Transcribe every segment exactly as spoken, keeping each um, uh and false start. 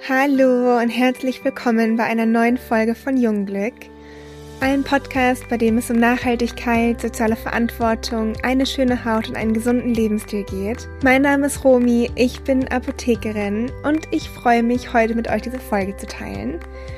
Hallo und herzlich willkommen bei einer neuen Folge von Jungglück, ein Podcast, bei dem es um Nachhaltigkeit, soziale Verantwortung, eine schöne Haut und einen gesunden Lebensstil geht. Mein Name ist Romy, ich bin Apothekerin und ich freue mich, heute mit euch diese Folge zu teilen.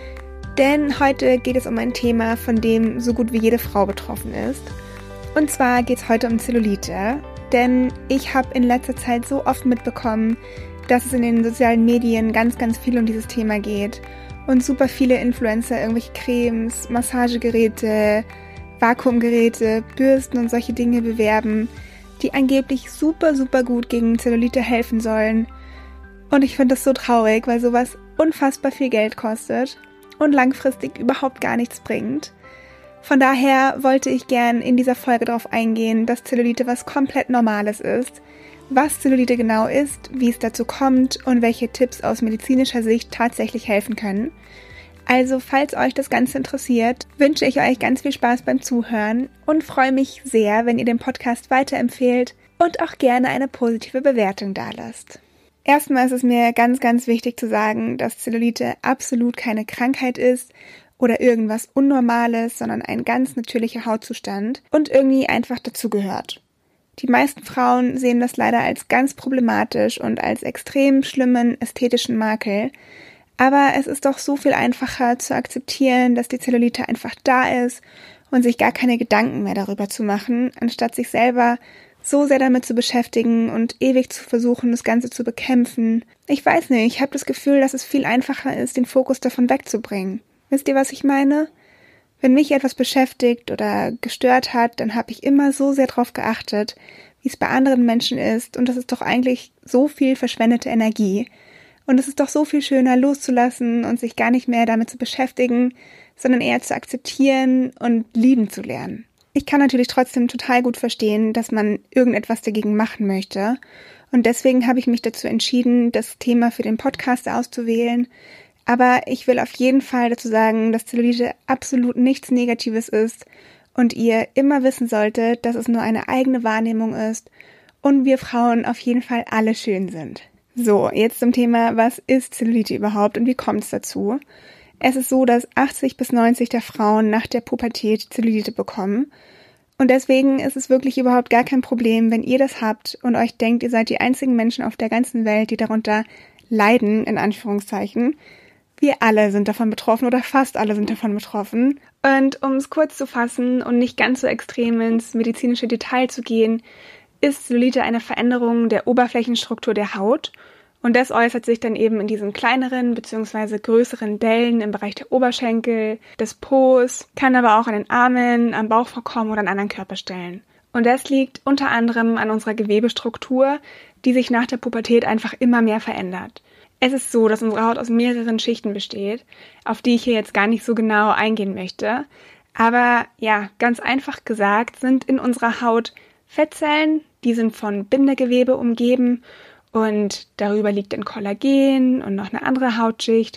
Denn heute geht es um ein Thema, von dem so gut wie jede Frau betroffen ist. Und zwar geht es heute um Zellulite, denn ich habe in letzter Zeit so oft mitbekommen, dass es in den sozialen Medien ganz, ganz viel um dieses Thema geht und super viele Influencer irgendwelche Cremes, Massagegeräte, Vakuumgeräte, Bürsten und solche Dinge bewerben, die angeblich super, super gut gegen Zellulite helfen sollen. Und ich finde das so traurig, weil sowas unfassbar viel Geld kostet und langfristig überhaupt gar nichts bringt. Von daher wollte ich gern in dieser Folge darauf eingehen, dass Zellulite was komplett Normales ist, was Zellulite genau ist, wie es dazu kommt und welche Tipps aus medizinischer Sicht tatsächlich helfen können. Also, falls euch das Ganze interessiert, wünsche ich euch ganz viel Spaß beim Zuhören und freue mich sehr, wenn ihr den Podcast weiterempfehlt und auch gerne eine positive Bewertung dalasst. Erstmal ist es mir ganz, ganz wichtig zu sagen, dass Zellulite absolut keine Krankheit ist oder irgendwas Unnormales, sondern ein ganz natürlicher Hautzustand und irgendwie einfach dazugehört. Die meisten Frauen sehen das leider als ganz problematisch und als extrem schlimmen ästhetischen Makel. Aber es ist doch so viel einfacher zu akzeptieren, dass die Zellulite einfach da ist und sich gar keine Gedanken mehr darüber zu machen, anstatt sich selber so sehr damit zu beschäftigen und ewig zu versuchen, das Ganze zu bekämpfen. Ich weiß nicht, ich habe das Gefühl, dass es viel einfacher ist, den Fokus davon wegzubringen. Wisst ihr, was ich meine? Wenn mich etwas beschäftigt oder gestört hat, dann habe ich immer so sehr darauf geachtet, wie es bei anderen Menschen ist, und das ist doch eigentlich so viel verschwendete Energie. Und es ist doch so viel schöner, loszulassen und sich gar nicht mehr damit zu beschäftigen, sondern eher zu akzeptieren und lieben zu lernen. Ich kann natürlich trotzdem total gut verstehen, dass man irgendetwas dagegen machen möchte, und deswegen habe ich mich dazu entschieden, das Thema für den Podcast auszuwählen. Aber ich will auf jeden Fall dazu sagen, dass Zellulite absolut nichts Negatives ist und ihr immer wissen solltet, dass es nur eine eigene Wahrnehmung ist und wir Frauen auf jeden Fall alle schön sind. So, jetzt zum Thema, was ist Zellulite überhaupt und wie kommt es dazu? Es ist so, dass achtzig bis neunzig der Frauen nach der Pubertät Zellulite bekommen. Und deswegen ist es wirklich überhaupt gar kein Problem, wenn ihr das habt und euch denkt, ihr seid die einzigen Menschen auf der ganzen Welt, die darunter leiden, in Anführungszeichen. Wir alle sind davon betroffen oder fast alle sind davon betroffen. Und um es kurz zu fassen und nicht ganz so extrem ins medizinische Detail zu gehen, ist Zellulite eine Veränderung der Oberflächenstruktur der Haut. Und das äußert sich dann eben in diesen kleineren bzw. größeren Dellen im Bereich der Oberschenkel, des Po's, kann aber auch an den Armen, am Bauch vorkommen oder an anderen Körperstellen. Und das liegt unter anderem an unserer Gewebestruktur, die sich nach der Pubertät einfach immer mehr verändert. Es ist so, dass unsere Haut aus mehreren Schichten besteht, auf die ich hier jetzt gar nicht so genau eingehen möchte. Aber ja, ganz einfach gesagt sind in unserer Haut Fettzellen, die sind von Bindegewebe umgeben und darüber liegt ein Kollagen und noch eine andere Hautschicht.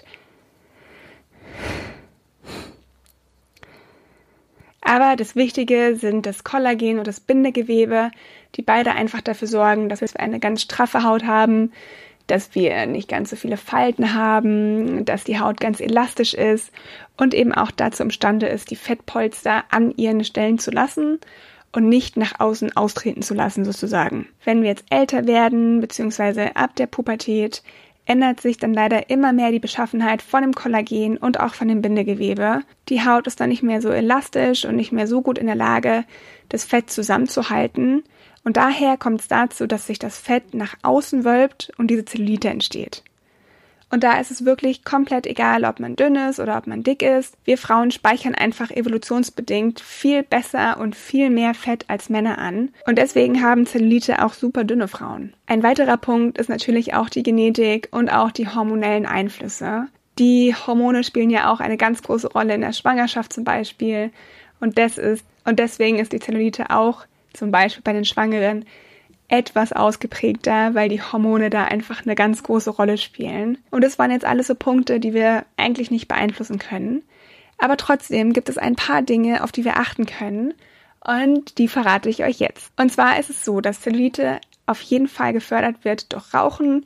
Aber das Wichtige sind das Kollagen und das Bindegewebe, die beide einfach dafür sorgen, dass wir eine ganz straffe Haut haben, dass wir nicht ganz so viele Falten haben, dass die Haut ganz elastisch ist und eben auch dazu imstande ist, die Fettpolster an ihren Stellen zu lassen und nicht nach außen austreten zu lassen sozusagen. Wenn wir jetzt älter werden, beziehungsweise ab der Pubertät, ändert sich dann leider immer mehr die Beschaffenheit von dem Kollagen und auch von dem Bindegewebe. Die Haut ist dann nicht mehr so elastisch und nicht mehr so gut in der Lage, das Fett zusammenzuhalten. Und daher kommt es dazu, dass sich das Fett nach außen wölbt und diese Zellulite entsteht. Und da ist es wirklich komplett egal, ob man dünn ist oder ob man dick ist. Wir Frauen speichern einfach evolutionsbedingt viel besser und viel mehr Fett als Männer an. Und deswegen haben Zellulite auch super dünne Frauen. Ein weiterer Punkt ist natürlich auch die Genetik und auch die hormonellen Einflüsse. Die Hormone spielen ja auch eine ganz große Rolle in der Schwangerschaft zum Beispiel. Und, das ist, und deswegen ist die Zellulite auch zum Beispiel bei den Schwangeren etwas ausgeprägter, weil die Hormone da einfach eine ganz große Rolle spielen. Und das waren jetzt alles so Punkte, die wir eigentlich nicht beeinflussen können. Aber trotzdem gibt es ein paar Dinge, auf die wir achten können. Und die verrate ich euch jetzt. Und zwar ist es so, dass Zellulite auf jeden Fall gefördert wird durch Rauchen,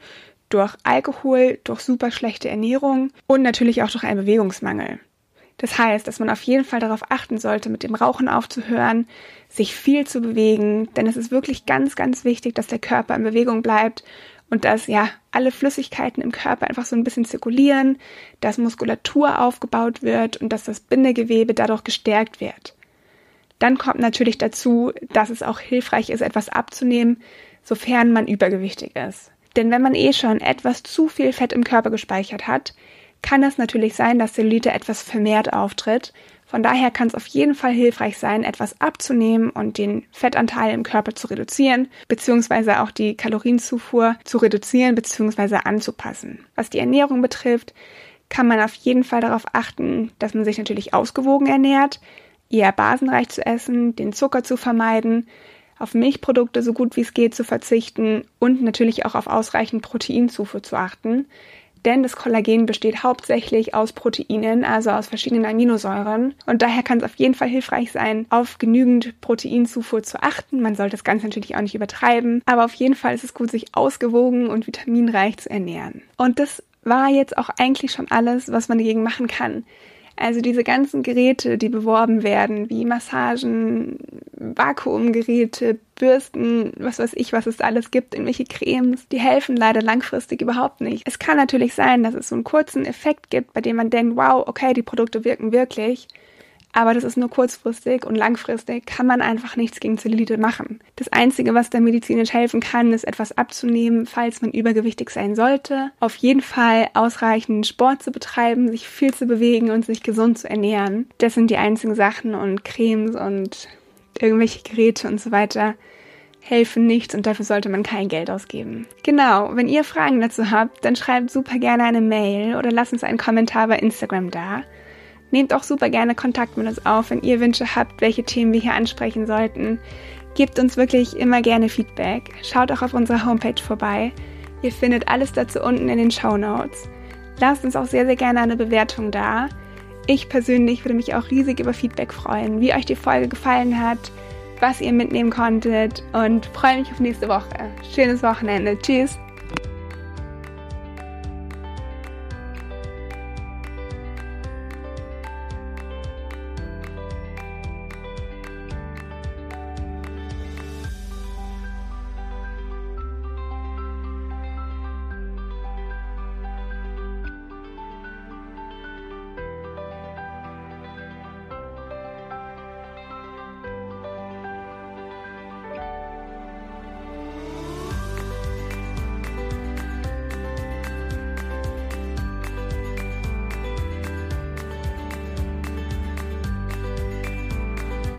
durch Alkohol, durch super schlechte Ernährung und natürlich auch durch einen Bewegungsmangel. Das heißt, dass man auf jeden Fall darauf achten sollte, mit dem Rauchen aufzuhören, sich viel zu bewegen, denn es ist wirklich ganz, ganz wichtig, dass der Körper in Bewegung bleibt und dass ja alle Flüssigkeiten im Körper einfach so ein bisschen zirkulieren, dass Muskulatur aufgebaut wird und dass das Bindegewebe dadurch gestärkt wird. Dann kommt natürlich dazu, dass es auch hilfreich ist, etwas abzunehmen, sofern man übergewichtig ist. Denn wenn man eh schon etwas zu viel Fett im Körper gespeichert hat, kann es natürlich sein, dass Zellulite etwas vermehrt auftritt. Von daher kann es auf jeden Fall hilfreich sein, etwas abzunehmen und den Fettanteil im Körper zu reduzieren, beziehungsweise auch die Kalorienzufuhr zu reduzieren bzw. anzupassen. Was die Ernährung betrifft, kann man auf jeden Fall darauf achten, dass man sich natürlich ausgewogen ernährt, eher basenreich zu essen, den Zucker zu vermeiden, auf Milchprodukte so gut wie es geht zu verzichten und natürlich auch auf ausreichend Proteinzufuhr zu achten. Denn das Kollagen besteht hauptsächlich aus Proteinen, also aus verschiedenen Aminosäuren. Und daher kann es auf jeden Fall hilfreich sein, auf genügend Proteinzufuhr zu achten. Man sollte das Ganze natürlich auch nicht übertreiben. Aber auf jeden Fall ist es gut, sich ausgewogen und vitaminreich zu ernähren. Und das war jetzt auch eigentlich schon alles, was man dagegen machen kann. Also diese ganzen Geräte, die beworben werden, wie Massagen, Vakuumgeräte, Bürsten, was weiß ich, was es da alles gibt, irgendwelche Cremes, die helfen leider langfristig überhaupt nicht. Es kann natürlich sein, dass es so einen kurzen Effekt gibt, bei dem man denkt, wow, okay, die Produkte wirken wirklich, aber das ist nur kurzfristig und langfristig kann man einfach nichts gegen Zellulite machen. Das Einzige, was da medizinisch helfen kann, ist etwas abzunehmen, falls man übergewichtig sein sollte. Auf jeden Fall ausreichend Sport zu betreiben, sich viel zu bewegen und sich gesund zu ernähren. Das sind die einzigen Sachen und Cremes und irgendwelche Geräte und so weiter helfen nichts und dafür sollte man kein Geld ausgeben. Genau, wenn ihr Fragen dazu habt, dann schreibt super gerne eine Mail oder lasst uns einen Kommentar bei Instagram da. Nehmt auch super gerne Kontakt mit uns auf, wenn ihr Wünsche habt, welche Themen wir hier ansprechen sollten. Gebt uns wirklich immer gerne Feedback. Schaut auch auf unserer Homepage vorbei. Ihr findet alles dazu unten in den Shownotes. Lasst uns auch sehr, sehr gerne eine Bewertung da. Ich persönlich würde mich auch riesig über Feedback freuen, wie euch die Folge gefallen hat, was ihr mitnehmen konntet und freue mich auf nächste Woche. Schönes Wochenende. Tschüss!